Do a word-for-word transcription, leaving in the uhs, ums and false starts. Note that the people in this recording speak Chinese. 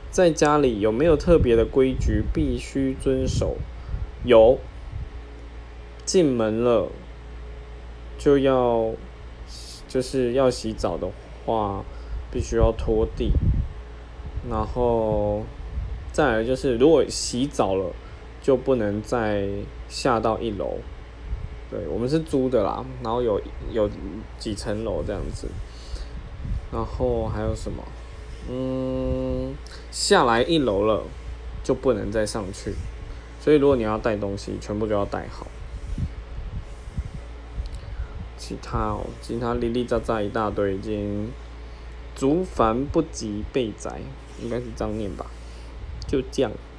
在家里有没有特别的规矩必须遵守？有，进门了就要就是要洗澡的话，必须要拖地。然后再来就是，如果洗澡了，就不能再下到一楼。对，我们是租的啦，然后有有几层楼这样子。然后还有什么？嗯，下来一楼了就不能再上去，所以如果你要带东西，全部就要带好。其他哦，其他零零杂杂一大堆，已经族繁不及备载，应该是这样念吧？就这样。